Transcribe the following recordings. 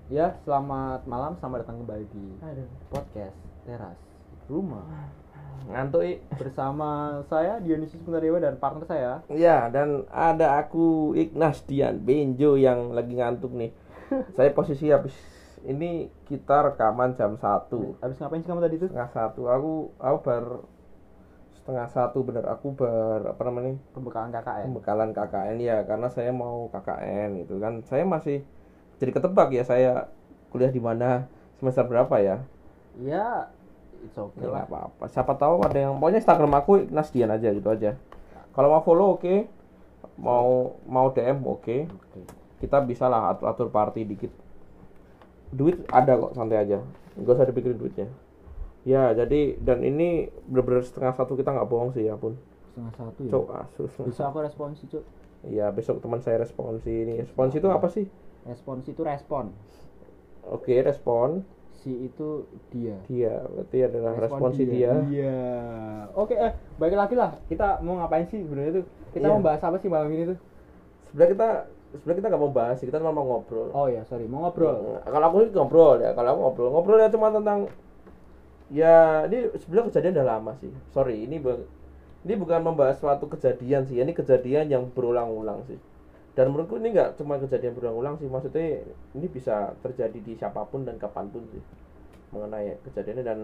Ya, selamat malam, selamat datang kembali di podcast Teras Rumah Ngantuk bersama saya Dionysius Puntadewa dan partner saya. ya, dan ada aku Ignas Dian Benjo yang lagi ngantuk nih. Saya posisi habis ini kita rekaman jam 1. Abis ngapain sih kamu tadi tuh? Setengah 1. Aku setengah 1 bener. Aku apa namanya? Pembekalan KKN. Pembekalan KKN ya, karena saya mau KKN gitu kan. Saya masih jadi ketebak ya, saya kuliah di mana, semester berapa ya? Ya, it's okay Ya lah. nggak apa-apa. Siapa tahu ada yang pokoknya Instagram aku Ignas Dian aja gitu aja. Kalau mau follow oke. Mau DM oke. Oke. Kita bisa lah atur party dikit. Duit ada kok, santai aja. Gak usah dipikirin duitnya. Ya jadi, dan ini bener-bener setengah 1 kita nggak bohong sih ya pun. Setengah 1 ya. Cok asus. Bisa aku responsi, Cuk. Iya, besok teman saya responsi ini. Responsi itu apa sih? Responsi itu respon. Oke, respon. Si itu dia. Dia berarti adalah Respon responsi dia. Iya. Oke, balik lagi lah. Kita mau ngapain sih sebenarnya tuh? Kita Iya. mau bahas apa sih malam ini tuh? Sebenarnya kita nggak mau bahas sih, kita cuma mau ngobrol. Oh ya, sorry, mau ngobrol. Kalau aku sih ngobrol ya, kalau aku ngobrol ya cuma tentang ya ini sebenarnya kejadian udah lama sih. Sorry, ini bukan membahas suatu kejadian sih, ini kejadian yang berulang-ulang sih. Dan menurutku ini nggak cuma kejadian berulang-ulang sih, maksudnya ini bisa terjadi di siapapun dan kapanpun sih mengenai kejadiannya. Dan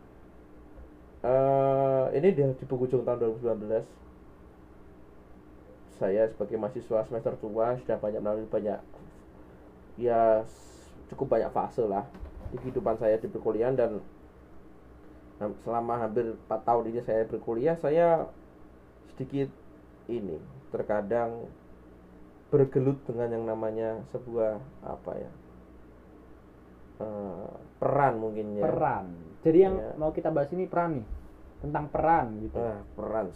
ini di penghujung tahun 2019 saya sebagai mahasiswa semester tua sudah melalui banyak ya cukup banyak fase lah di kehidupan saya di perkuliahan. Dan selama hampir 4 tahun ini saya berkuliah, saya sedikit ini terkadang bergelut dengan yang namanya sebuah apa ya, peran mungkin ya. Peran. Jadi yang Ya. mau kita bahas ini peran nih. Tentang peran gitu. Peran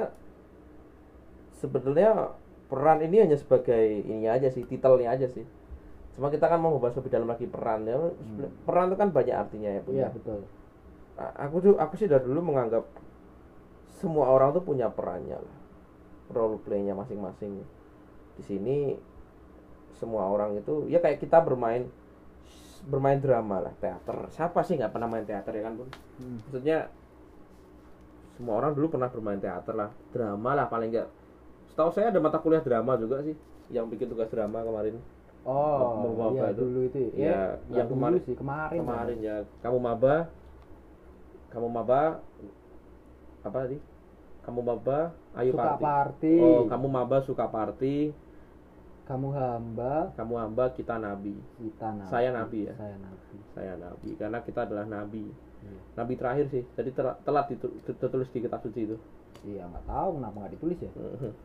sebenarnya peran ini hanya sebagai ini aja sih, titelnya aja sih. Cuma kita kan mau membahas lebih dalam lagi peran ya. Peran itu kan banyak artinya ya, Iya, betul. Aku sih dari dulu menganggap semua orang tuh punya perannya lah, role play-nya masing-masing. Di sini semua orang itu ya kayak kita bermain drama lah, teater. Siapa sih nggak pernah main teater ya kan, Bun? Maksudnya semua orang dulu pernah bermain teater lah, drama lah paling nggak. Setahu saya ada mata kuliah drama juga sih, yang bikin tugas drama kemarin. Oh, iya itu. dulu itu. Ya, yang kemarin sih, kemarin ya. Kamu maba apa tadi? Kamu maba ayo suka party. Oh, kamu maba suka party. Kamu hamba, Kita nabi. Saya nabi ya. Saya nabi karena kita adalah nabi. Nabi terakhir sih. Jadi telat ditulis di kitab suci itu. Iya, nggak tahu kenapa nggak ditulis ya.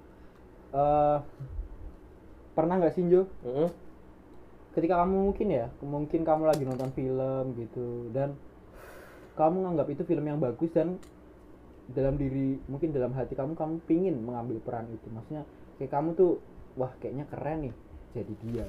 Pernah nggak sih, Jo? Ketika kamu mungkin kamu lagi nonton film gitu dan kamu nganggap itu film yang bagus, dan dalam hati kamu pingin mengambil peran itu. Maksudnya kayak kamu tuh, wah kayaknya keren nih jadi dia.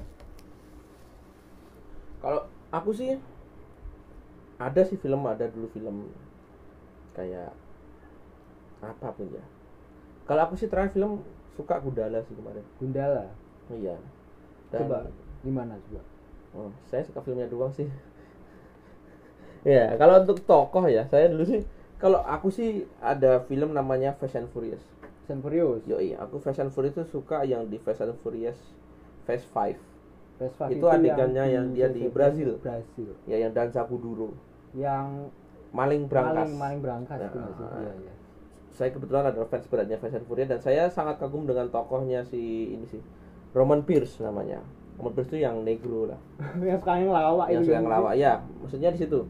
Kalau aku sih ada dulu film kayak apapun ya. Kalau aku sih terakhir film suka Gundala sih kemarin. Gundala. Iya. Coba gimana coba? Saya suka filmnya doang sih. Ya, kalau untuk tokoh ya, saya dulu sih kalau aku sih ada film namanya Fast and Furious. Yoi, aku Fast and Furious itu suka yang di Fast and Furious Fast 5. Itu adegannya yang dia di Brazil. Ya, yang Danza Kuduro. Yang maling berangkas. Maling berangkas itu Nah, sih. Iya. Saya kebetulan adalah fans beratnya Fast and Furious, dan saya sangat kagum dengan tokohnya si ini sih. Roman Pierce namanya. Roman Pierce itu yang negro lah. Yang sekarang yang lawak Yang itu. yang lawak ya, maksudnya di situ.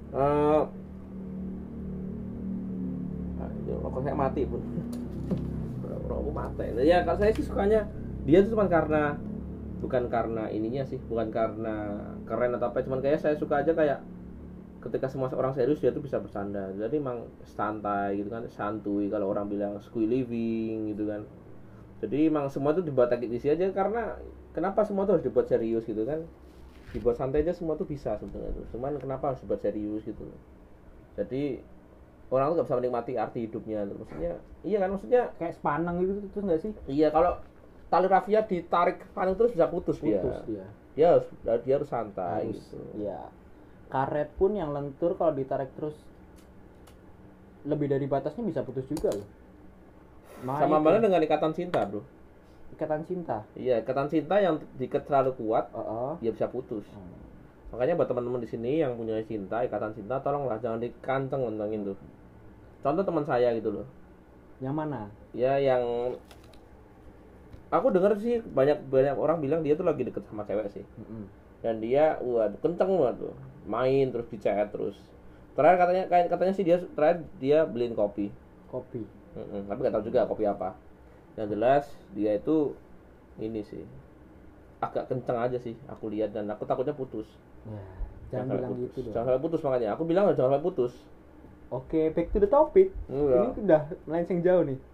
Rokok saya mati pun. Rokok mati. Ya kalau saya sih sukanya dia itu cuma karena bukan karena ininya sih, bukan karena keren atau apa, cuman kayak saya suka aja kayak ketika semua orang serius dia tuh bisa bersandar. Jadi emang santai gitu kan, santuy kalau orang bilang squee living gitu kan. Jadi emang semua tuh dibuat teknisi aja, karena kenapa semua tuh harus dibuat serius gitu kan? Dibuat santai aja semua tuh bisa sebenarnya tuh. Cuman kenapa harus dibuat serius gitu? Jadi orang tuh gak bisa menikmati arti hidupnya tuh. Maksudnya iya kan, maksudnya kayak sepaneng gitu terus nggak sih? iya, kalau tali rafia ditarik paling terus bisa putus dia. dia harus santai gitu. Ya. Karet pun yang lentur kalau ditarik terus lebih dari batasnya bisa putus juga loh. Sama mana dengan ikatan cinta, Bro? Ikatan cinta. Iya, ikatan cinta yang diikat terlalu kuat, dia bisa putus. Makanya buat teman-teman di sini yang punya cinta, ikatan cinta, tolonglah jangan dikanceng-kencengin tuh. Contoh teman saya gitu loh. Yang mana? Ya yang aku dengar sih banyak orang bilang dia tuh lagi deket sama cewek sih. Dan dia kenceng banget tuh. Main terus di chat terus. Terakhir katanya sih dia beliin kopi. Tapi nggak tahu juga kopi apa. Yang jelas dia itu ini sih agak kenceng aja sih aku lihat dan aku takutnya putus. Jangan bilang putus. gitu dong. Jangan sampai putus makanya. Aku bilang jangan sampai putus. Oke, back to the topic. Ini udah melenceng jauh nih.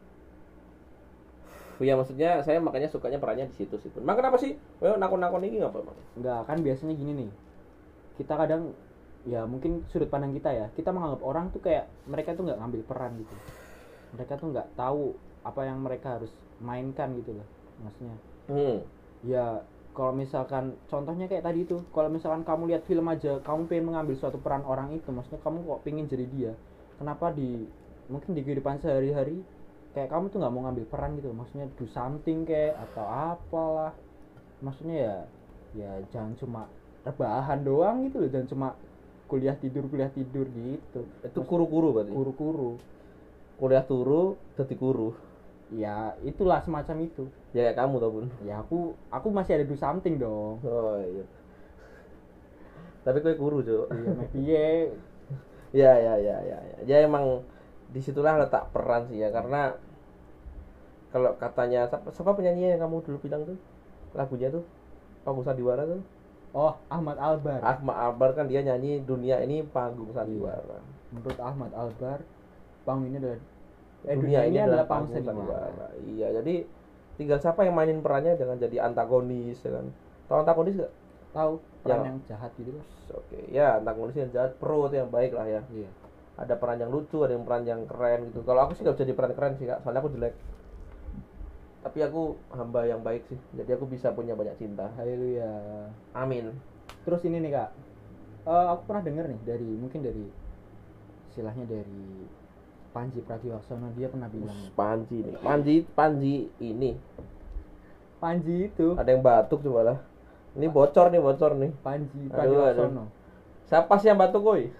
Ya maksudnya saya makanya sukanya perannya di situ sih. Emang kenapa sih? Nakon-nakon ini ngapa emang? Enggak, kan biasanya gini nih. Kita kadang ya mungkin sudut pandang kita ya. Kita menganggap orang tuh kayak mereka tuh nggak ngambil peran gitu. Mereka tuh nggak tahu apa yang mereka harus mainkan gitu loh. Maksudnya. Ya kalau misalkan contohnya kayak tadi itu, kalau misalkan kamu lihat film aja, kamu pengen mengambil suatu peran orang itu, maksudnya kamu kok pengen jadi dia. Kenapa mungkin di kehidupan sehari-hari kayak kamu tuh nggak mau ngambil peran gitu, maksudnya do something kayak atau apalah, maksudnya ya jangan cuma rebahan doang gitu loh, jangan cuma kuliah tidur gitu. Itu kuru-kuru berarti. Kuliah turu jadi kuru. Ya itulah semacam itu. Ya kayak kamu tau Bun. Ya aku masih ada do something dong. Oh iya. Tapi kowe kuru Cuk. Iya piye. Ya. Ya emang disitulah letak peran sih ya, karena kalau katanya siapa penyanyi yang kamu dulu bilang tuh lagunya tuh Panggung Sandiwara tuh? Oh, Ahmad Albar. Ahmad Albar kan dia nyanyi dunia ini panggung sandiwara. Menurut Ahmad Albar, panggung ini adalah dunia ini adalah panggung sandiwara. Iya, jadi tinggal siapa yang mainin perannya, jangan jadi antagonis ya kan. Tahu antagonis gak? Tahu, peran yang jahat gitu. Oke, ya antagonis yang jahat, pro itu yang baik lah ya. Iya. Ada peran yang lucu, ada yang peran yang keren gitu. Kalau aku sih gak bisa jadi peran keren sih Kak, soalnya aku jelek. Tapi aku hamba yang baik sih, jadi aku bisa punya banyak cinta. Haleluya. Amin. Terus ini nih Kak, aku pernah dengar nih dari istilahnya dari Panji Pragiwaksono, dia pernah bilang. Panji nih, Panji ini. Panji itu. Ada yang batuk coba lah. Ini bocor nih. Panji Pragiwaksono. Siapa sih yang batuk koi?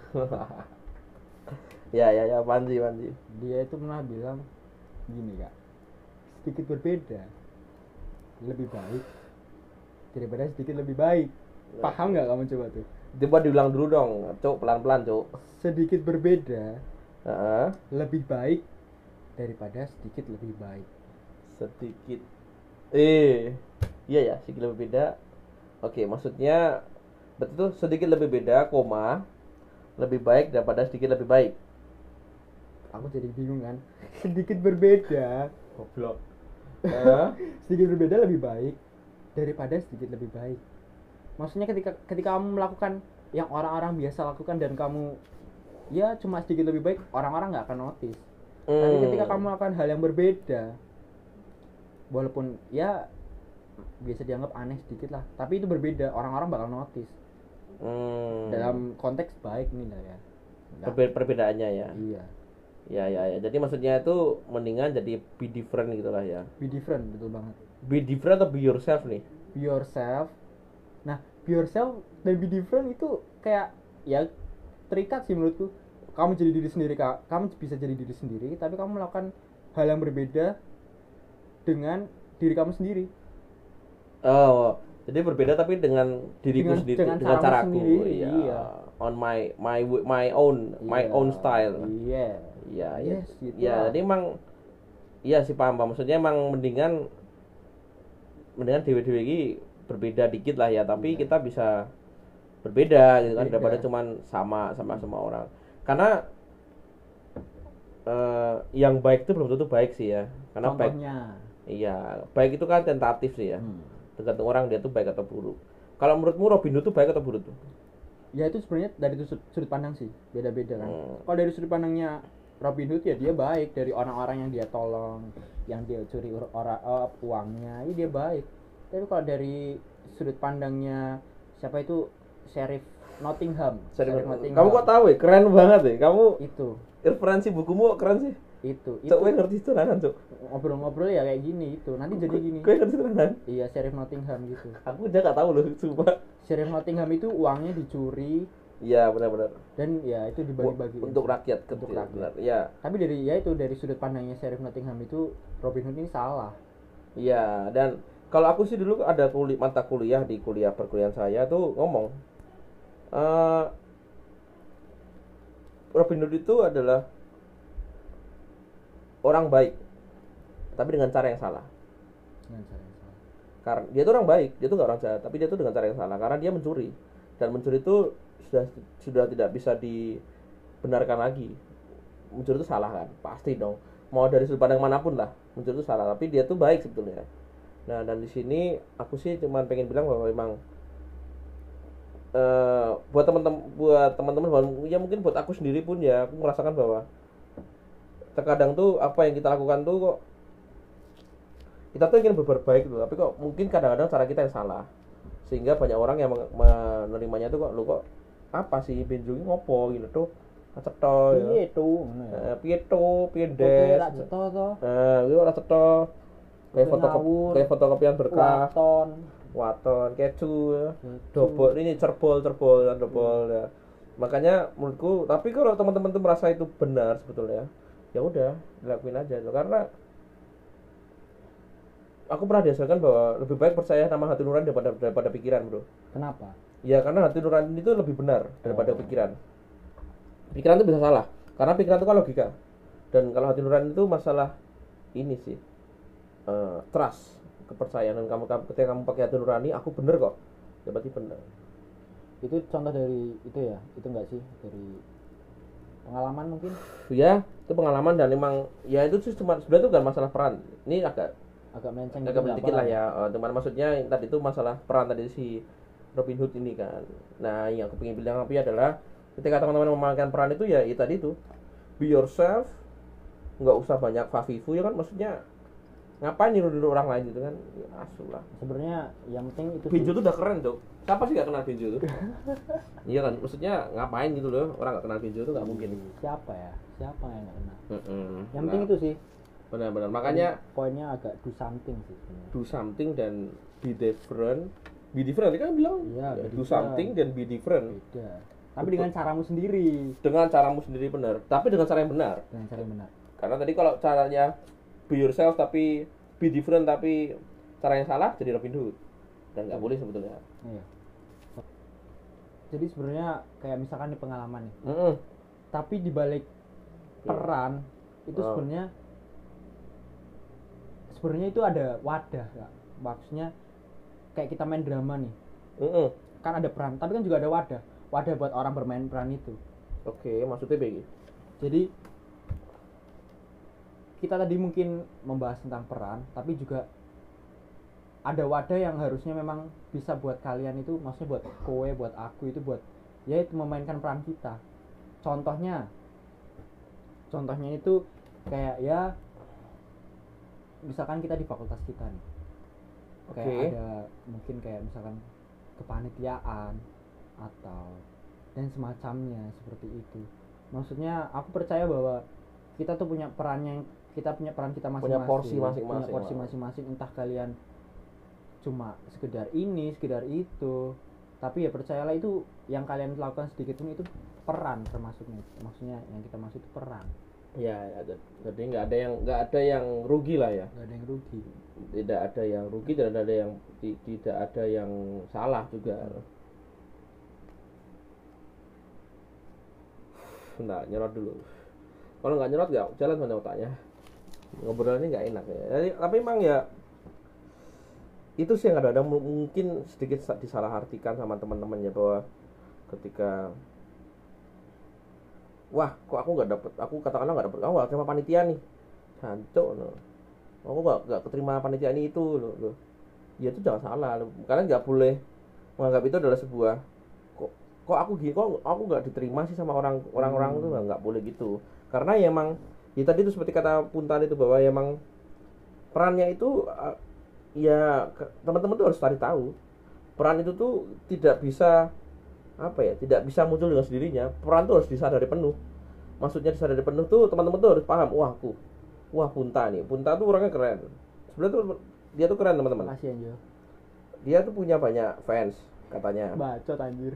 ya Panji. Dia itu pernah bilang gini Kak, sedikit berbeda lebih baik daripada sedikit lebih baik. Paham nggak kamu coba tuh? Coba diulang dulu dong, Cuk, pelan-pelan Cuk. Sedikit berbeda lebih baik daripada sedikit lebih baik. Sedikit iya ya, sedikit lebih beda. Oke, maksudnya betul sedikit lebih beda, koma lebih baik daripada sedikit lebih baik. Aku jadi bingung kan. Sedikit berbeda, goblok. Sedikit berbeda lebih baik daripada sedikit lebih baik. Maksudnya ketika kamu melakukan yang orang-orang biasa lakukan dan kamu ya cuma sedikit lebih baik, orang-orang nggak akan notice. Tapi ketika kamu melakukan hal yang berbeda, walaupun ya bisa dianggap aneh sedikit lah, tapi itu berbeda, orang-orang bakal notice. Dalam konteks baik nih lah ya. Perbedaannya ya. Iya. Ya. Jadi maksudnya itu mendingan jadi be different gitulah ya. Be different, betul banget. Be different atau be yourself nih? Be yourself. Nah, be yourself dan be different itu kayak ya terikat sih menurutku. Kamu jadi diri sendiri, kamu bisa jadi diri sendiri, tapi kamu melakukan hal yang berbeda dengan diri kamu sendiri. Oh, jadi berbeda tapi dengan diriku sendiri, dengan caraku. Sendiri, iya. On my own style. Iya. Yes, gitu. Ya, jadi emang iya sih paham. Maksudnya emang mendingan dewe-dewe ini berbeda dikit lah ya, tapi kita bisa berbeda gitu kan, daripada cuman sama orang. Karena yang baik itu belum tentu baik sih ya. Karena contohnya, baik itu kan tentatif sih ya. Tergantung orang dia tuh baik atau buruk. Kalau menurutmu Robin Hood tuh baik atau buruk tuh? Ya itu sebenarnya dari sudut pandang sih, beda-beda kan. Kalau dari sudut pandangnya Robin Hood ya dia baik, dari orang-orang yang dia tolong, yang dia curi uangnya, ya dia baik. Tapi kalau dari sudut pandangnya siapa itu Sheriff Nottingham. Sheriff Nottingham. Kamu kok tahu ya? Keren banget ya. Kamu Itu. referensi bukumu keren sih. Itu. Cok, gue ngerti itu tenanan, Cok. Ngobrol-ngobrol ya kayak gini itu. Nanti jadi gini. Gue ngerti tenanan. Iya, Sheriff Nottingham gitu. Aku aja gak tahu loh, sumpah. Sheriff Nottingham itu uangnya dicuri Iya, benar-benar. dan ya itu dibagi-bagi Untuk rakyat Untuk kecil, rakyat. benar. Iya. Tapi dari sudut pandangnya Sheriff Nottingham itu Robin Hood ini salah. Iya, dan kalau aku sih dulu ada mata kuliah di kuliah perkuliahan saya tuh ngomong Robin Hood itu adalah orang baik, tapi dengan cara yang salah. Dengan cara yang salah. Karena dia tuh orang baik, dia tuh nggak orang jahat, tapi dia tuh dengan cara yang salah karena dia mencuri, dan mencuri itu sudah tidak bisa dibenarkan lagi. Mencuri itu salah kan, pasti dong. Mau dari sudut pandang manapun lah, mencuri itu salah, tapi dia tuh baik sebetulnya. Nah, dan di sini aku sih cuma pengen bilang bahwa memang buat teman-teman ya mungkin buat aku sendiri pun ya aku merasakan bahwa terkadang tuh apa yang kita lakukan tuh kok kita tuh ingin berbuat baik tuh, tapi kok mungkin kadang-kadang cara kita yang salah, sehingga banyak orang yang menerimanya tuh kok lu kok apa sih benjungi ngopo gitu tuh aceto ya. Piye to ngono ya. Piye to, piye Oke, des. rak ceto to. Kuwi ora ceto. Ngawur. Kayak fotokopian berkah. Waton. Keju ya. Dobol ini cerbol ya. Makanya menurutku, tapi kalau teman-teman tuh merasa itu benar sebetulnya, ya udah dilakuin aja tuh. Karena aku pernah diajarkan bahwa lebih baik percaya sama hati nurani daripada pikiran, bro. Kenapa? Ya karena hati nurani itu lebih benar daripada pikiran. Pikiran itu bisa salah, karena pikiran itu kan logika. Dan kalau hati nurani itu masalah ini sih, trust, kepercayaan. Dan ketika kamu pakai hati nurani, aku bener kok, ya berarti bener. Itu contoh dari itu ya? Itu enggak sih dari pengalaman mungkin? Ya, itu pengalaman dan memang ya itu sih cuma sebenarnya itu bukan masalah peran. Ini agak melenceng sedikit lah ya. Teman maksudnya yang tadi itu masalah peran tadi si Robin Hood ini kan. Nah, yang aku ingin bilang adalah ketika teman-teman memainkan peran itu ya tadi itu be yourself, nggak usah banyak fafifu ya kan, maksudnya ngapain niru orang lain gitu kan, ya, asuh lah. Sebenarnya yang penting itu Benjo tuh udah keren tuh, siapa sih nggak kenal Benjo tuh? Iya kan, maksudnya ngapain gitu loh, orang nggak kenal Benjo tuh nggak mungkin. siapa yang nggak kenal. Yang Nah, penting itu sih, benar-benar makanya poinnya agak do something sih sebenarnya. do something dan be different. Tadi kan bilang Iya, ya, be do different. something dan be different. Beda, tapi dengan caramu sendiri. Dengan caramu sendiri benar, tapi dengan cara yang benar. Dengan cara yang benar. Karena tadi kalau caranya be yourself tapi be different tapi cara yang salah jadi Robin Hood, dan nggak boleh sebetulnya. Iya. Jadi sebenarnya kayak misalkan di pengalaman nih, tapi di balik peran itu sebenarnya itu ada wadah, Kak. Maksudnya kayak kita main drama nih, kan ada peran, tapi kan juga ada wadah buat orang bermain peran itu. Oke, maksudnya begini. Jadi kita tadi mungkin membahas tentang peran, tapi juga ada wadah yang harusnya memang bisa buat kalian itu, maksudnya buat kowe, buat aku itu buat ya itu memainkan peran kita. Contohnya itu kayak ya misalkan kita di fakultas kita nih, kayak ada mungkin kayak misalkan kepanitiaan atau dan semacamnya seperti itu. Maksudnya aku percaya bahwa kita tuh punya peran kita masing-masing, punya porsi masing-masing. Entah kalian cuma sekedar ini, sekedar itu, tapi ya percayalah itu yang kalian lakukan sedikit pun itu peran termasuknya. Maksudnya yang kita maksud itu peran. Ya, jadi nggak ada yang rugi lah ya. Nggak ada yang rugi. Tidak ada yang rugi dan tidak ada yang salah juga. Bentar, nyerot dulu. Kalau nggak nyerot nggak jalan mana otaknya. Ngobrol ini nggak enak ya. Jadi, tapi emang ya itu sih yang kadang mungkin sedikit disalahartikan sama teman-temannya, bahwa ketika wah kok aku nggak dapet, aku katakanlah nggak dapet, aku nggak terima panitia nih, hancur loh. Aku nggak keterima panitia ini itu loh. Ya itu jangan salah loh. Kalian nggak boleh menganggap itu adalah sebuah kok aku nggak diterima sih sama orang-orang itu, nggak boleh gitu. Karena ya emang ya tadi itu seperti kata Puntan itu, bahwa ya emang perannya itu ya teman-teman tuh harus cari tahu peran itu tuh tidak bisa tidak bisa muncul dengan sendirinya. Peran tuh harus disadari penuh. Maksudnya disadari penuh tuh teman-teman tuh harus paham, wah Punta tuh orangnya keren. Sebenarnya tuh dia tuh keren teman-teman. Makasih Anjo. Dia tuh punya banyak fans katanya. Bacot anjir.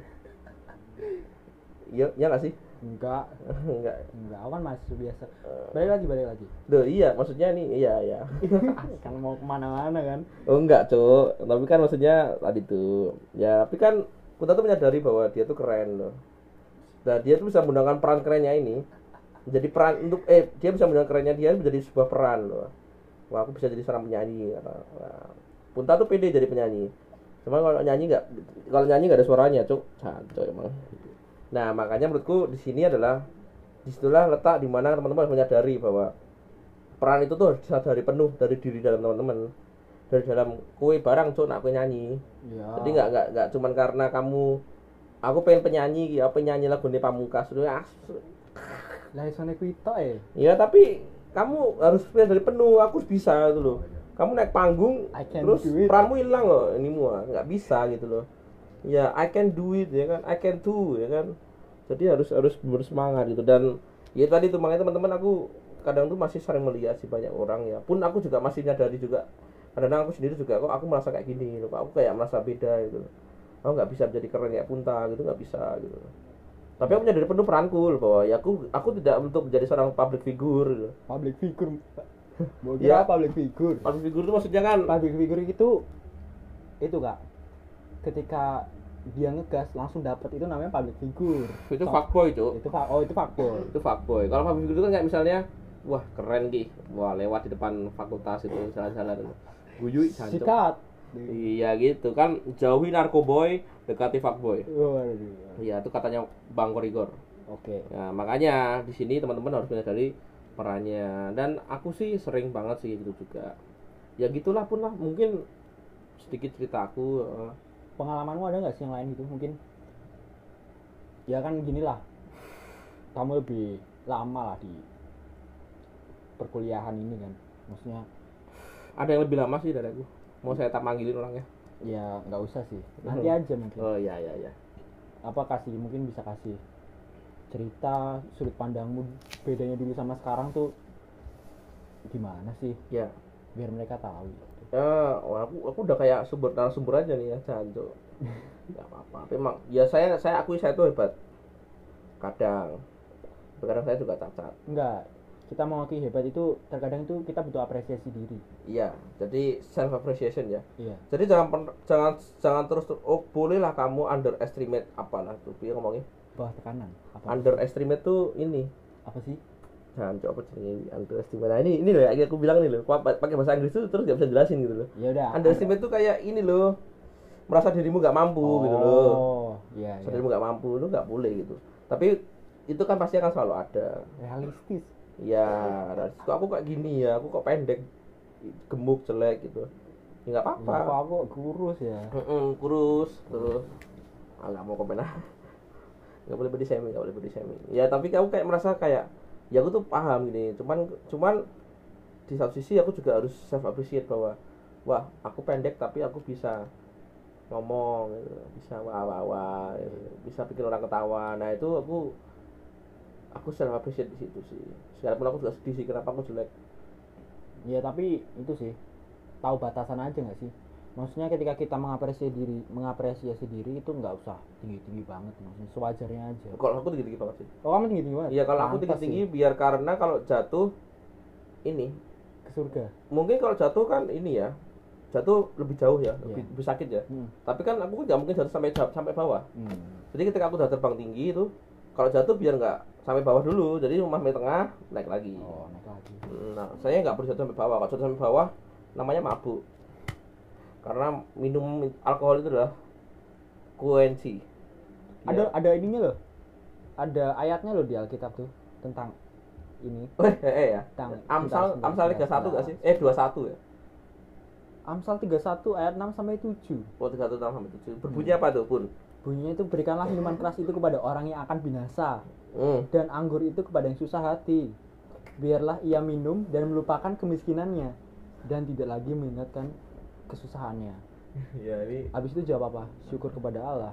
Iya nggak sih? Enggak, Enggak. aku kan masih biasa. Balik lagi. Duh, iya, maksudnya nih, iya. Kan mau kemana-mana kan. Oh enggak, Cuk. Tapi kan maksudnya tadi tuh. Ya, tapi kan kita tuh menyadari bahwa dia tuh keren loh. Nah, dia tuh bisa menggunakan peran kerennya ini menjadi peran untuk dia bisa menggunakan kerennya dia menjadi sebuah peran loh. Wah, aku bisa jadi seorang penyanyi kata. Nah, Punta tuh pede jadi penyanyi. Cuma kalau nyanyi enggak ada suaranya, Cuk. Cancok emang. Nah, makanya menurutku disitulah letak di mana teman-teman harus menyadari bahwa peran itu tuh harus disadari penuh dari diri dalam teman-teman, dari dalam kue barang Cuk nak kue nyanyi. Ya. Jadi nggak cuman karena aku pengen penyanyi lagu nih Pamungkas itu Lah isone kuwi tok ya, tapi kamu harus dari penuh, aku bisa gitu loh. Kamu naik panggung terus peranmu hilang loh, ini semua nggak bisa gitu loh. Ya, I can do it ya kan, I can do ya kan. Jadi harus bersemangat gitu. Dan ya tadi tuh makanya teman-teman aku kadang tuh masih sering melihat sih banyak orang ya. Pun aku juga masih nyadari juga. Kadang aku sendiri juga kok aku merasa kayak gini loh. Aku kayak merasa beda gitu. Aku nggak bisa menjadi keren kayak Punta gitu, nggak bisa gitu. Tapi aku menyadari penuh peranku loh, bahwa ya aku tidak untuk menjadi seorang public figure gitu. Public figure. Mau Ya, public figure. Public figure itu maksudnya kan Public figure itu Kak. Ketika dia ngegas langsung dapat, itu namanya public figure. itu fuckboy, Cuk. Itu fuckboy. Itu fuckboy. Kalau public figure itu kan kayak misalnya, wah keren ki, wah lewat di depan fakultas itu jalan-jalan, guyu jancuk. Sikat. Iya gitu kan, jauhi narkoboy, dekati fuckboy. Waduh. Iya itu katanya Bang Korigor. Oke. Nah, makanya di sini teman-teman harus menyadari perannya. Dan aku sih sering banget sih gitu juga. Ya gitulah pun lah, mungkin sedikit cerita aku. Pengalamanmu ada nggak sih yang lain gitu mungkin? Ya kan gini lah, kamu lebih lama lah di perkuliahan ini kan, maksudnya. Ada yang lebih lama sih dari aku. Mau saya tak manggilin orangnya? Ya nggak usah sih, nanti aja mungkin. Oh iya. Apa mungkin bisa kasih cerita sudut pandangmu bedanya dulu sama sekarang tuh gimana sih? Ya. Biar mereka tahu. Aku udah kayak narasumber aja nih ya, Janjo. Enggak apa-apa. Tapi emang ya saya akui saya tuh hebat. Kadang saya juga cacat. Enggak. Kita mau ngakui hebat itu terkadang itu kita butuh apresiasi diri. Iya, jadi self appreciation ya. Iya. Jadi jangan terus bolehlah kamu underestimate apalah tuh dia ngomongnya. Bawah tekanan. Underestimate tuh ini. Apa sih? Jangan coba ini underestimate. Nah, ini loh ya aku bilang nih loh. Pakai bahasa Inggris tuh terus gak bisa jelasin gitu loh. Ya udah. Underestimate tuh kayak ini loh. Merasa dirimu gak mampu gitu loh. Oh, iya. Merasa dirimu gak mampu, lu gak boleh gitu. Tapi itu kan pasti akan selalu ada. Realistis. Ya, kok aku kayak gini ya, aku kok pendek, gemuk, jelek gitu. Ya nggak apa-apa. Kok aku kurus ya? Kurus terus. Nggak mau komen ah. Nggak boleh body shaming. Ya tapi aku kayak merasa kayak, ya aku tuh paham gini. Cuman di satu sisi aku juga harus self appreciate bahwa, wah aku pendek tapi aku bisa ngomong, gitu. Bisa wah, gitu. Bisa bikin orang ketawa. Nah itu aku self appreciate di situ sih. Sekalipun aku juga sedih sih kenapa aku jelek. Ya tapi itu sih tahu batasan aja nggak sih? Maksudnya ketika kita mengapresiasi diri itu nggak usah tinggi banget, maksudnya sewajarnya aja. Kalau aku tinggi banget sih. Oh kamu tinggi banget? Iya kalau aku tinggi biar karena kalau jatuh ini ke surga. Mungkin kalau jatuh kan ini ya, jatuh lebih jauh ya, lebih sakit ya. Tapi kan aku nggak mungkin jatuh sampai bawah. Jadi ketika aku udah terbang tinggi itu, kalau jatuh biar nggak sampai bawah dulu, jadi sampai tengah naik lagi. Oh naik lagi. Nah saya nggak perlu jatuh sampai bawah. Kalau jatuh sampai bawah namanya mabuk. Karena minum alkohol itu adalah kuensi. Ada ininya loh. Ada ayatnya loh di Alkitab tuh tentang ini. Ya. Amsal 31 enggak sih? 21 ya. Amsal 31 ayat 6 sampai 7. Oh 31 sampai 7. Berbunyi apa tuh, Pun? Bunyinya itu, berikanlah minuman keras itu kepada orang yang akan binasa. Dan anggur itu kepada yang susah hati. Biarlah ia minum dan melupakan kemiskinannya dan tidak lagi mengingatkan kesusahannya. Ya ini Habis itu jawab apa? Syukur kepada Allah.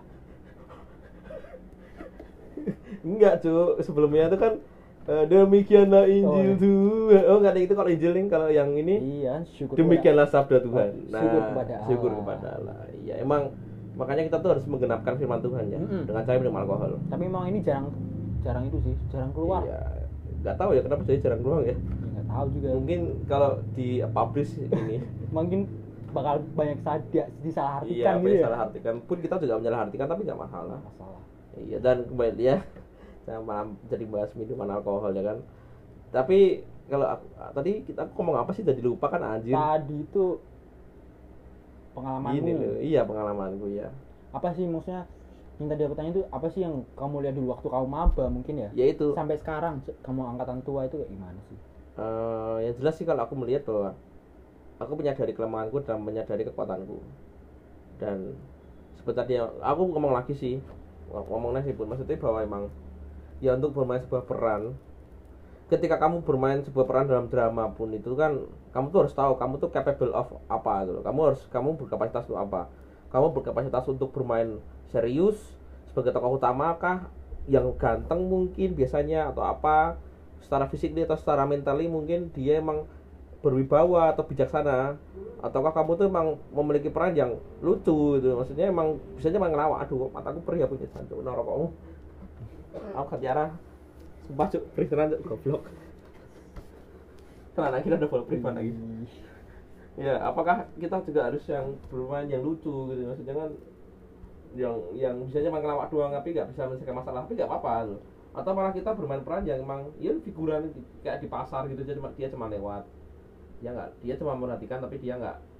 enggak, Cuk. Sebelumnya itu kan demikianlah Injil Oh, iya. Tuhan. Oh, enggak ada itu kalau Injil nih, kalau yang ini Iya, syukur demikianlah sabda Tuhan. Oh, syukur kepada syukur Allah. kepada Allah. Iya, emang makanya kita tuh harus menggenapkan firman Tuhan ya, Mm-mm. dengan cara minum alkohol. Tapi emang ini jarang itu sih, jarang keluar. Iya. Enggak tahu ya kenapa jadi jarang keluar ya. Ya, nggak tahu juga. Mungkin kalau di publish ini Mungkin bakal banyak disalahartikan iya, apa gitu yang ya. salah artikan pun kita juga menyalahartikan, tapi nggak masalah. Masalah. Iya, dan kembali ya, saya malah jadi bahas minuman alkohol ya kan. Tapi kalau tadi kita ngomong apa sih, jadi lupa kan anjir. Tadi itu pengalamanmu. Gini loh, iya pengalamanku ya. Apa sih maksudnya yang tadi aku tanya itu apa sih yang kamu lihat dulu waktu kamu maba mungkin ya? Yaitu Sampai sekarang kamu angkatan tua itu kayak gimana sih? yang jelas sih kalau aku melihat bahwa aku menyadari kelemahanku dan menyadari kekuatanku. Dan sebenarnya aku ngomong lagi sih, ngomongnya sih pun maksudnya bahwa emang ya untuk bermain sebuah peran, ketika kamu bermain sebuah peran dalam drama pun itu kan kamu tuh harus tahu kamu tuh capable of apa gitu. Kamu berkapasitas untuk apa? Kamu berkapasitas untuk bermain serius sebagai tokoh utama kah, yang ganteng mungkin biasanya, atau apa, secara fisik atau secara mentally mungkin dia emang berwibawa atau bijaksana, ataukah kamu tuh emang memiliki peran yang lucu gitu, maksudnya emang bisanya emang ngelawak. Aduh, mataku perih aku jadi santuk rokokmu. Aku katiara sumpah, Cuk, perih tenan, Cuk, goblok. Tenan lagi ada follow private lagi. Ya, apakah kita juga harus yang bermain yang lucu gitu, maksudnya kan yang bisanya emang ngelawak doang tapi nggak bisa menyelesaikan masalah, tapi nggak apa-apa loh. Atau malah kita bermain peran yang emang ya figuran kayak di pasar gitu, jadi dia cuma lewat, dia cuma memperhatikan, tapi dia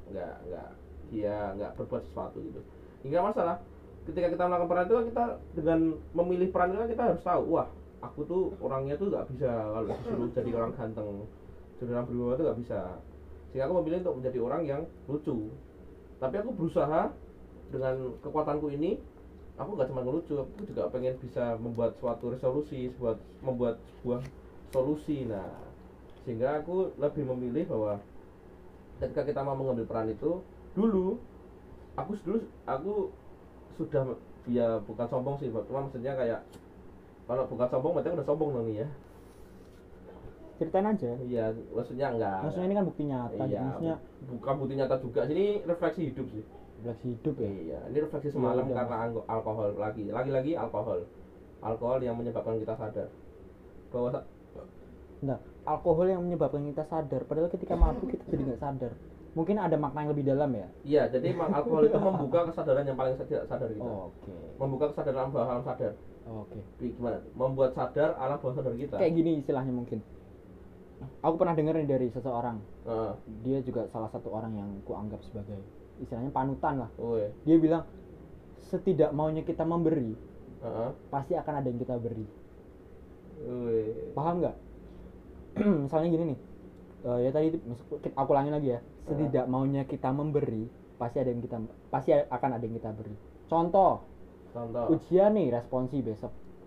nggak berbuat sesuatu gitu. Hingga masalah ketika kita melakukan peran itu kan, kita dengan memilih peran itu kan kita harus tahu, wah aku tuh orangnya tuh nggak bisa kalau disuruh jadi orang ganteng, jadi orang berwibawa tuh nggak bisa. Sehingga aku memilih untuk menjadi orang yang lucu. Tapi aku berusaha dengan kekuatanku ini, aku nggak cuma ngelucu, aku juga pengen bisa membuat suatu resolusi, membuat sebuah solusi. Nah, sehingga aku lebih memilih bahwa ketika kita mau mengambil peran itu, aku sudah, ya bukan sombong sih, cuma maksudnya kayak kalau bukan sombong berarti udah sombong dong nih ya. Ceritain aja. Iya, maksudnya enggak. Maksudnya ini kan bukti nyata. Iya, Maksudnya bukan bukti nyata juga. Ini refleksi hidup sih. refleksi hidup ya. Iya, ini refleksi semalam Iya, karena alkohol lagi alkohol yang menyebabkan kita sadar bahwa Nah, alkohol yang menyebabkan kita sadar. Padahal ketika mabuk kita jadi nggak sadar. Mungkin ada makna yang lebih dalam ya. iya, jadi emang alkohol itu membuka kesadaran yang paling tidak sadar kita. Oke. Membuka kesadaran bawah alam sadar. Oke. Gimana? Membuat sadar alam bawah sadar kita. Kayak gini istilahnya mungkin. Aku pernah dengar nih dari seseorang. Heeh. Dia juga salah satu orang yang kuanggap sebagai istilahnya panutan lah. Woi. Dia bilang setidak maunya kita memberi, Heeh. pasti akan ada yang kita beri. Woi. Paham nggak? Misalnya gini nih. Ya tadi aku ulangi lagi ya. Setidak maunya kita memberi, pasti akan ada yang kita beri. Contoh. Ujian nih, responsi besok.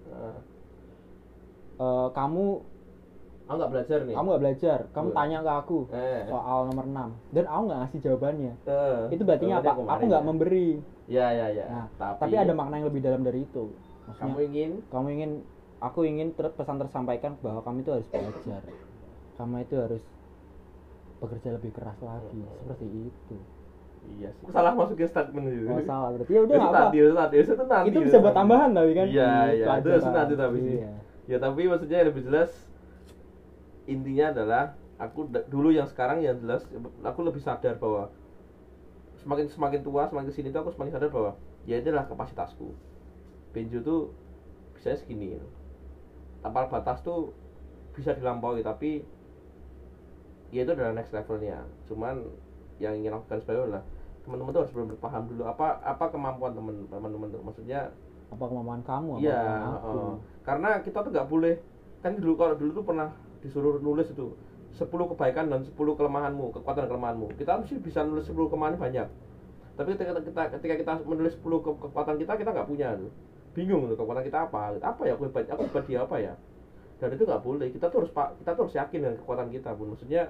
Kamu nggak belajar nih. Kamu nggak belajar, kamu tanya ke aku soal nomor 6 dan aku nggak ngasih jawabannya. Itu berarti apa? Aku nggak memberi. Ya. Nah, tapi ada makna yang lebih dalam dari itu. Maksudnya, aku ingin pesan tersampaikan bahwa kamu itu harus belajar. Kamu itu harus bekerja lebih keras lagi. Seperti itu. Iya sih. Salah masukin statement itu. Oh, salah berarti ya udah nggak apa. Itu bisa buat tambahan tapi kan. Iya. Itu nanti tapi sih. Ya tapi maksudnya yang lebih jelas, intinya adalah aku dulu yang sekarang yang jelas aku lebih sadar bahwa semakin tua, semakin kesini tuh aku semakin sadar bahwa ya itu adalah kapasitasku. Benjo tuh bisa segini. Tapal batas tuh bisa dilampaui, tapi ya itu adalah next levelnya. Cuman yang ingin aku garis bawahi adalah teman-teman tuh harus benar-benar paham dulu apa kemampuan teman-teman tuh, maksudnya apa kemampuan kamu, iya, karena kita tuh nggak boleh kan kalau dulu tuh pernah disuruh nulis itu 10 kebaikan dan 10 kelemahanmu, kekuatan kelemahanmu. Kita mesti bisa nulis 10 kelemahan banyak. Tapi ketika kita menulis 10 kekuatan kita nggak punya tuh. Bingung tuh kekuatan kita apa ya, aku hebat dia apa ya. Dan itu nggak boleh. Kita tuh harus yakin dengan kekuatan kita pun. Maksudnya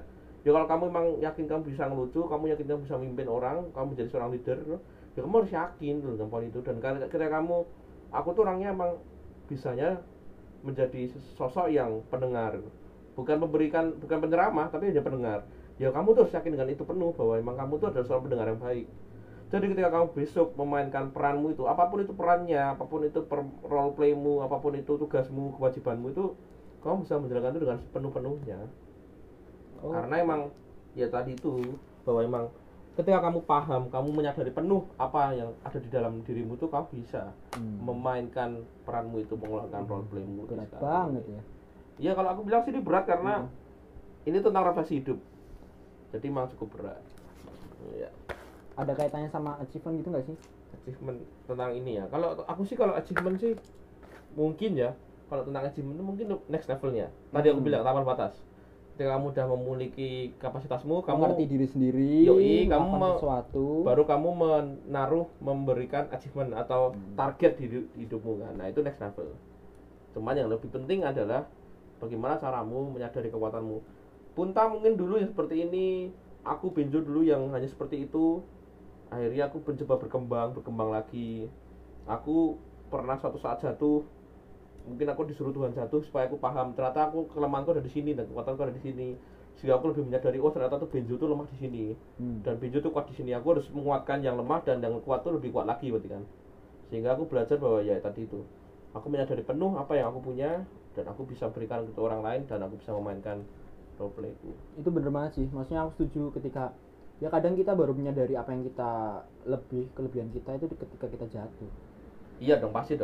Ya kalau kamu memang yakin kamu bisa ngelucu, kamu yakin kamu bisa memimpin orang, kamu jadi seorang leader, ya kamu harus yakin dulu dengan poin itu. Dan ketika kamu, aku tuh orangnya emang bisanya menjadi sosok yang pendengar, bukan penceramah, tapi hanya pendengar. Ya kamu tuh harus yakin dengan itu penuh bahwa memang kamu tuh adalah seorang pendengar yang baik. Jadi ketika kamu besok memainkan peranmu itu, apapun itu perannya, apapun itu role playmu, apapun itu tugasmu, kewajibanmu itu, kamu bisa menjalankan itu dengan sepenuh-penuhnya. Karena emang ya tadi itu bahwa emang ketika kamu paham, kamu menyadari penuh apa yang ada di dalam dirimu tuh, kamu bisa memainkan peranmu itu, mengeluarkan role playmu. Berat banget ya. Ya kalau aku bilang sih ini berat karena ini tentang refleksi hidup. Jadi emang cukup berat. Ya. Ada kaitannya sama achievement gitu nggak sih? Achievement tentang ini ya. Kalau aku sih kalau achievement sih mungkin ya. Kalau tentang achievement mungkin next levelnya. Tadi aku bilang taman batas. Ketika kamu udah memiliki kapasitasmu, kamu ngerti diri sendiri, kamu sesuatu, baru kamu memberikan achievement atau target di hidupmu kan. Nah itu next level. Cuman yang lebih penting adalah bagaimana caramu menyadari kekuatanmu. Punta mungkin dulu yang seperti ini, aku benjo dulu yang hanya seperti itu. Akhirnya aku mencoba berkembang lagi. Aku pernah suatu saat jatuh. Mungkin aku disuruh Tuhan jatuh supaya aku paham ternyata aku kelemahanku ada di sini dan kekuatanku ada di sini. Sehingga aku lebih menyadari ternyata tuh benjo tuh lemah di sini. Dan benjo tuh kuat di sini. Aku harus menguatkan yang lemah dan yang kuat tuh lebih kuat lagi berarti kan. Sehingga aku belajar bahwa ya tadi itu. Aku menyadari penuh apa yang aku punya dan aku bisa berikan ke orang lain dan aku bisa memainkan role playku. Itu bener banget sih. Maksudnya aku setuju ketika ya kadang kita baru menyadari apa yang kita kelebihan kita itu ketika kita jatuh. Iya dong, pasti.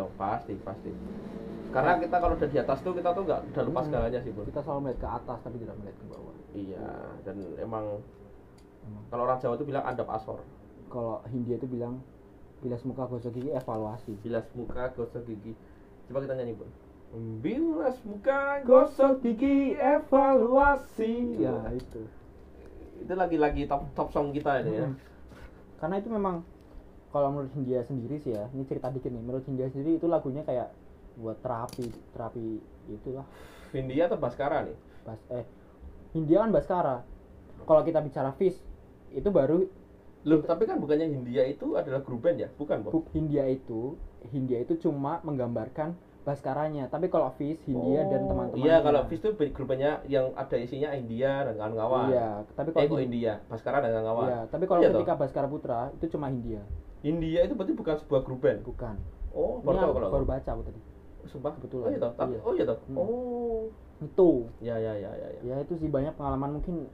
Karena kita kalau udah di atas tuh kita tuh udah lupa segalanya sih, Bro. Kita selalu melihat ke atas tapi tidak melihat ke bawah. Iya, dan emang kalau orang Jawa tuh bilang adab asor. Kalau Hindia itu bilang bilas muka gosok gigi evaluasi. Bilas muka gosok gigi. Coba kita nyanyi, Bro. Bilas muka gosok gigi evaluasi. Ya, itu. Itu lagi top song kita ini ya. Karena itu memang kalau menurut Hindia sendiri sih ya, ini cerita dikit nih. Menurut Hindia sendiri itu lagunya kayak buat terapi itulah. Hindia atau Baskara nih? Hindia kan Baskara. Kalau kita bicara Fish itu baru tapi kan bukannya Hindia itu adalah grup band ya? Bukan, Bro? Hindia itu cuma menggambarkan Baskaranya. Tapi kalau Fish, Hindia dan teman-teman. Iya, kalau Fish itu grup bandnya yang ada isinya India dan kawan-kawan. Iya, tapi kalau India, Baskara dan kawan-kawan. Iya, tapi kalau ketika Baskara Putra itu cuma Hindia. India itu berarti bukan sebuah grup band? Bukan. Oh, baru baca aku tadi. Sumpah? Betul. Oh iya toh? Iya. Oh iya toh? Itu. Ya. Ya itu sih banyak pengalaman mungkin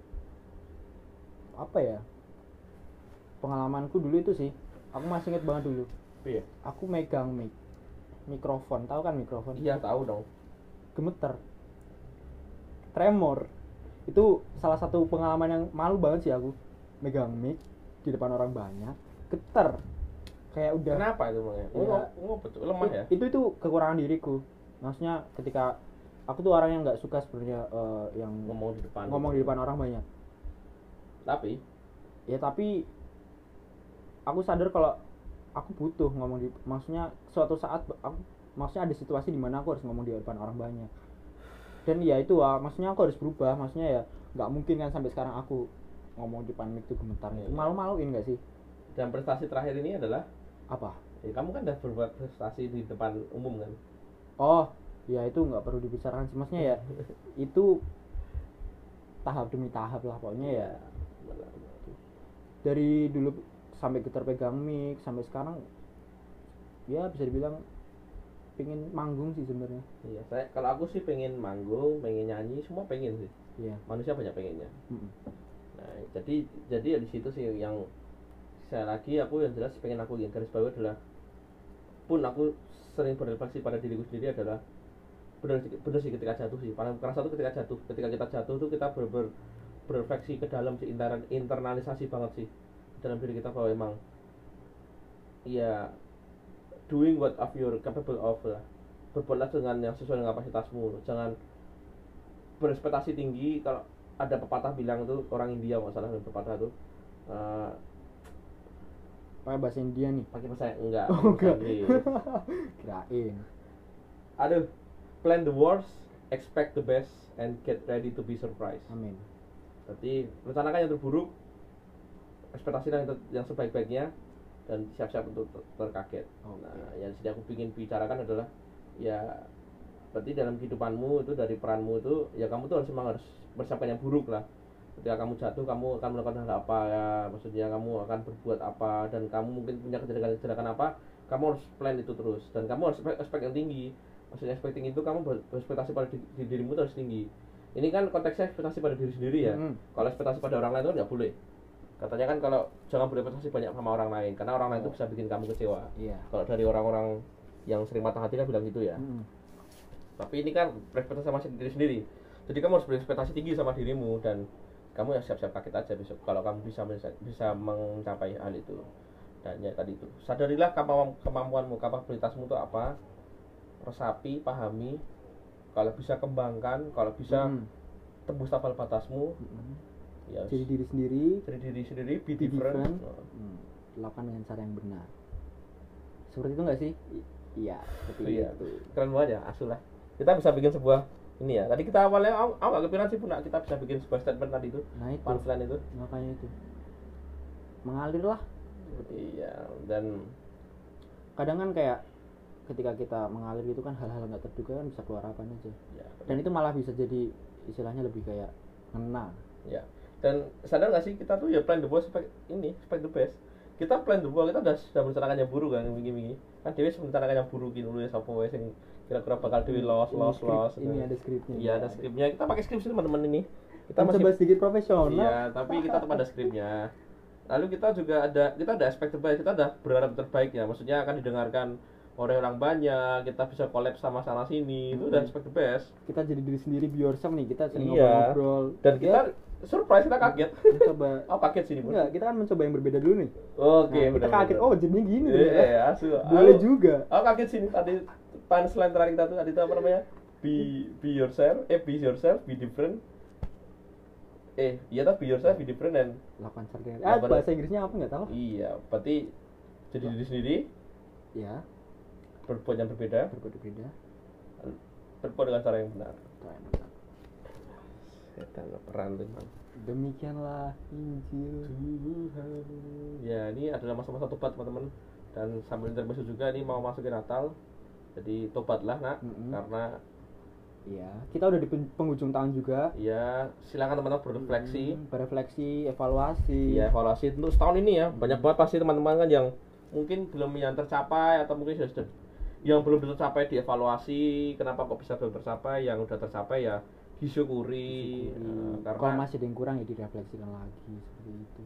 apa ya? Pengalamanku dulu itu sih. Aku masih ingat banget dulu. Iya. Aku megang mikrofon, tahu kan mikrofon? Iya, tahu dong. Gemeter. Tremor. Itu salah satu pengalaman yang malu banget sih aku. Megang mic di depan orang banyak, getar. Kayak udah. Kenapa itu makanya? Betul lemah ya? Itu kekurangan diriku. Maksudnya ketika aku tuh orang yang nggak suka sebenarnya yang ngomong di depan orang banyak. Tapi aku sadar kalau aku butuh ngomong maksudnya suatu saat maksudnya ada situasi di mana aku harus ngomong di depan orang banyak. Dan ya itu maksudnya aku harus berubah. Maksudnya ya nggak mungkin kan sampai sekarang aku ngomong di depan mic tuh gemetar. Malu-maluin nggak sih? Dan prestasi terakhir ini adalah apa? Ya, kamu kan udah berbuat prestasi di depan umum kan? Oh, ya itu nggak perlu dibicarakan sih. Maksudnya ya itu tahap demi tahap lah pokoknya ya. Dari dulu sampai getar pegang mic sampai sekarang ya bisa dibilang pengen manggung sih sebenarnya. Iya, kalau aku sih pengen manggung, pengen nyanyi, semua pengen sih. Iya. Manusia banyak pengennya. Nah, jadi ya di situ sih yang saya lagi aku yang jelas pengen aku yang garis bawah adalah pun aku sering berrefleksi pada diriku sendiri adalah benar sih ketika jatuh sih. Paling keras itu ketika kita jatuh tuh kita berrefleksi ke dalam sih, internalisasi banget sih dalam diri kita bahwa emang ya doing what of you're capable of lah. Berbuatlah dengan yang sesuai dengan kapasitasmu. Jangan berekspektasi tinggi. Kalau ada pepatah bilang tuh orang India masalah pepatah tuh pakai bahasa India nih. Pakai bahasa enggak. Kirain. Plan the worst, expect the best, and get ready to be surprised. Amin. Berarti rencanakan yang terburuk, ekspektasi yang sebaik-baiknya, dan siap-siap untuk terkaget. Nah, yang sini aku ingin bicarakan adalah ya berarti dalam kehidupanmu itu, dari peranmu itu ya kamu tuh memang harus persiapkan yang buruk lah. Ketika kamu jatuh, kamu akan melakukan hal apa ya, maksudnya kamu akan berbuat apa, dan kamu mungkin punya kejadian apa, kamu harus plan itu terus, dan kamu harus expect yang tinggi. Maksudnya expecting itu kamu berekspektasi pada dirimu itu harus tinggi. Ini kan konteksnya ekspektasi pada diri sendiri ya. Kalau ekspektasi pada orang lain itu nggak boleh. Katanya kan kalau jangan berekspektasi banyak sama orang lain, karena orang lain itu bisa bikin kamu kecewa. Kalau dari orang-orang yang sering patah hati kan bilang gitu ya. Tapi ini kan berekspektasi sama diri sendiri. Jadi kamu harus berekspektasi tinggi sama dirimu, dan kamu ya siap-siap kaget aja besok kalau kamu bisa mencapai hal itu. Dan ya tadi itu, sadarilah kemampuanmu, kapabilitasmu itu apa, resapi, pahami, kalau bisa kembangkan, kalau bisa tembus tapal batasmu. Ya, jadi diri sendiri, be different. Lakukan dengan cara yang benar. Seperti itu nggak sih? Iya, seperti itu. Keren banget ya, asulah. Kita bisa bikin sebuah ini ya. Tadi kita awalnya nggak kepikiran sih, Puna, kita bisa bikin sebuah statement tadi itu. Nah, itu. Punchline itu. Makanya itu. Mengalir lah. Iya, dan kadang kan kayak ketika kita mengalir gitu kan hal-hal nggak terduga kan bisa keluar apa aja. Ya, dan itu malah bisa jadi istilahnya lebih kayak ngena. Ya. Dan sadar nggak sih kita tuh ya plan the worst, expect the best. Kita plan the worst, kita sudah merencanakan yang buruk kan, wingi kan Dewi merencanakan yang buruk gitu ya, sapa wae sing kira-kira bakal Dewi loss. Ini ada skripnya. Iya, ada skripnya. Kita pakai skrip sih teman-teman ini. Kita masih coba sedikit profesional. Iya, tapi kita tetap ada skripnya. Lalu kita juga ada aspek terbaik, kita ada berharap terbaik ya. Maksudnya akan didengarkan oleh orang banyak, kita bisa collab sama sana sini, itu udah aspek the best. Kita jadi diri sendiri, be yourself nih, kita sering ngobrol. Dan kita surprise, kita kaget. Mencoba. Kaget sih ini. Enggak, kita kan mencoba yang berbeda dulu nih. Oke, kita kaget. Oh, jadi gini. Iya, boleh juga. Kaget sih tadi punchline terakhir kita tuh, tadi itu apa namanya? Be yourself, be different. Iya tuh, be yourself, be different, dan lakukan sarjana. Bahasa Inggrisnya apa nggak tahu. Iya, berarti jadi diri sendiri. Ya. Berbuat yang berbeda. Berbuat dengan cara yang benar. Setan peran tuh. Demikianlah Injil Tuhan. Ya, ini adalah masa-masa tobat teman-teman, dan sambil termasuk juga ini mau masukin Natal. Jadi tobatlah nak, karena iya, kita udah di penghujung tahun juga. Iya, silakan teman-teman berefleksi, evaluasi. Iya, evaluasi untuk setahun ini ya. Banyak banget pasti teman-teman kan yang mungkin belum yang tercapai, atau mungkin sudah yang belum tercapai dievaluasi, kenapa kok bisa belum tercapai, yang udah tercapai ya disyukuri. Karena kalau masih ada yang kurang ya direfleksikan lagi, seperti itu.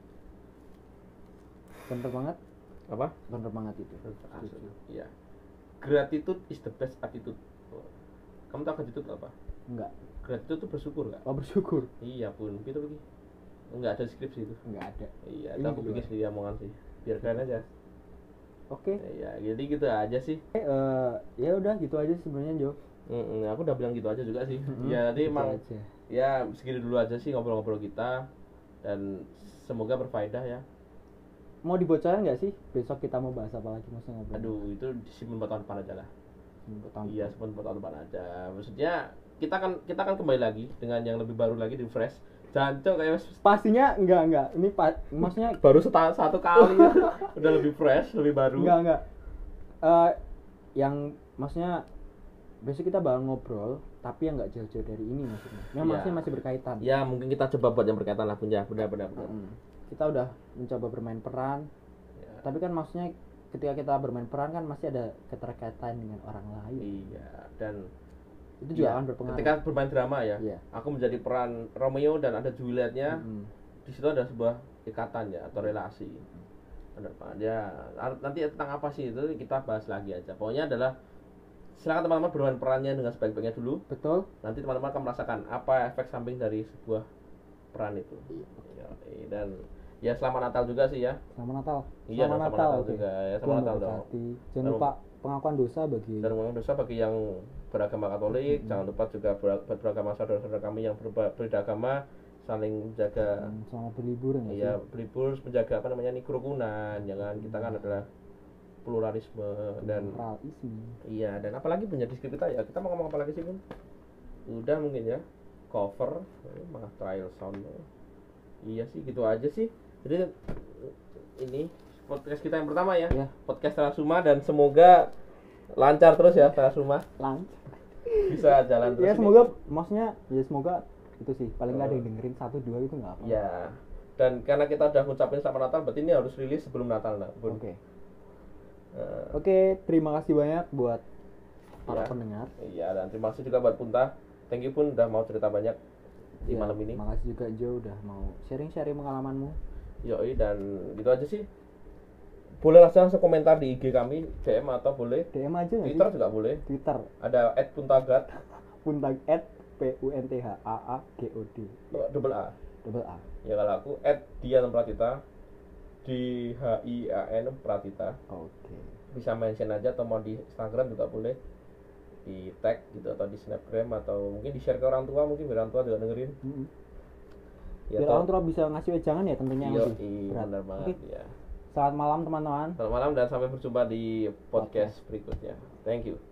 Bener banget. Apa? Bener banget itu. Iya. Gratitude is the best attitude. Kamu tahu gratitude apa? Enggak. Gratitude itu bersyukur gak? Oh, bersyukur. Iya pun, gitu begini. Enggak ada skripsi itu. Enggak ada. Iya, aku bikin sendiri omongan sih. Biar keren aja. Oke. Iya, jadi gitu aja sih. Ya udah gitu aja sebenarnya, Jo. Aku udah bilang gitu aja juga sih. Ya, jadi emang aja. Ya segini dulu aja sih ngobrol-ngobrol kita, dan semoga berfaedah ya. Mau dibocorin nggak sih besok kita mau bahas apa lagi, maksudnya ngobrol? Aduh, itu simpen buat tahun depan aja lah. Iya, simpen buat tahun depan aja. Maksudnya kita kan kembali lagi dengan yang lebih baru lagi, di fresh. Jancok kayak pastinya enggak. Ini maksudnya baru satu kali ya. Udah lebih fresh, lebih baru. Enggak. Yang maksudnya besok kita bakal ngobrol, tapi yang enggak jauh-jauh dari ini maksudnya. Yang maksudnya masih berkaitan. Ya, mungkin kita coba buat yang berkaitan lah punya. Benar. Kita udah mencoba bermain peran. Ya. Tapi kan maksudnya ketika kita bermain peran kan masih ada keterkaitan dengan orang lain. Iya, dan itu juga akan berpengaruh. Ketika bermain drama ya, aku menjadi peran Romeo dan ada Julietnya. Di situ ada sebuah ikatan ya, atau relasi. Benar Pak. Ya, nanti tentang apa sih itu kita bahas lagi aja. Pokoknya adalah silakan teman-teman bermain perannya dengan sebaik-baiknya dulu. Betul. Nanti teman-teman akan merasakan apa efek samping dari sebuah peran itu. Dan ya selamat Natal juga sih ya. Selamat Natal. Iya, selamat Natal juga ya. Selamat Natal dong. Jangan lupa pengakuan dosa bagi yang beragama Katolik. Jangan lupa juga beragama saudara-saudara kami yang berbeda agama, saling menjaga. Selamat berlibur ya. Iya, berlibur, menjaga kerukunan. Jangan, kita kan adalah pluralisme dan iya, dan apalagi punya deskripsi kita ya. Kita mau ngomong apa lagi sih, Bun? Udah mungkin ya. Cover, malah trial sound. Iya sih, gitu aja sih. Jadi ini podcast kita yang pertama ya. Ya. Podcast Terasuma, dan semoga lancar terus ya Terasuma. Bisa jalan terus. Ya ini. semoga, maksudnya ya semoga itu sih paling nggak ada yang dengerin 1-2 itu nggak apa. Ya. Dan karena kita udah ngucapin selamat Natal, berarti ini harus rilis sebelum Natal, nah, Bun. Oke. Eh, Oke, terima kasih banyak buat para Ya. pendengar. Iya, dan terima kasih juga buat Punta. Thank you Pun udah mau cerita banyak di Ya, malam ini. Makasih juga Jo udah mau sharing-sharing pengalamanmu. Yoi, dan gitu aja sih. Boleh langsung komentar di IG kami, DM atau boleh DM aja nggak Twitter sih? juga boleh. Twitter Ada @puntagat puntag @punthAAGOD double A. double A. Ya kalau aku @Dian Pratita, DHIAN Pratita. Oke. Bisa mention aja, atau mau di Instagram juga boleh, di tag gitu, atau di Snapgram, atau mungkin di share ke orang tua, mungkin biar orang tua juga dengerin. Ya, Biar orang tua bisa ngasih wejangan ya tentunya yang lebih berat. benar banget. Oke. Ya. Selamat malam teman-teman. Selamat malam dan sampai berjumpa di podcast berikutnya. Thank you.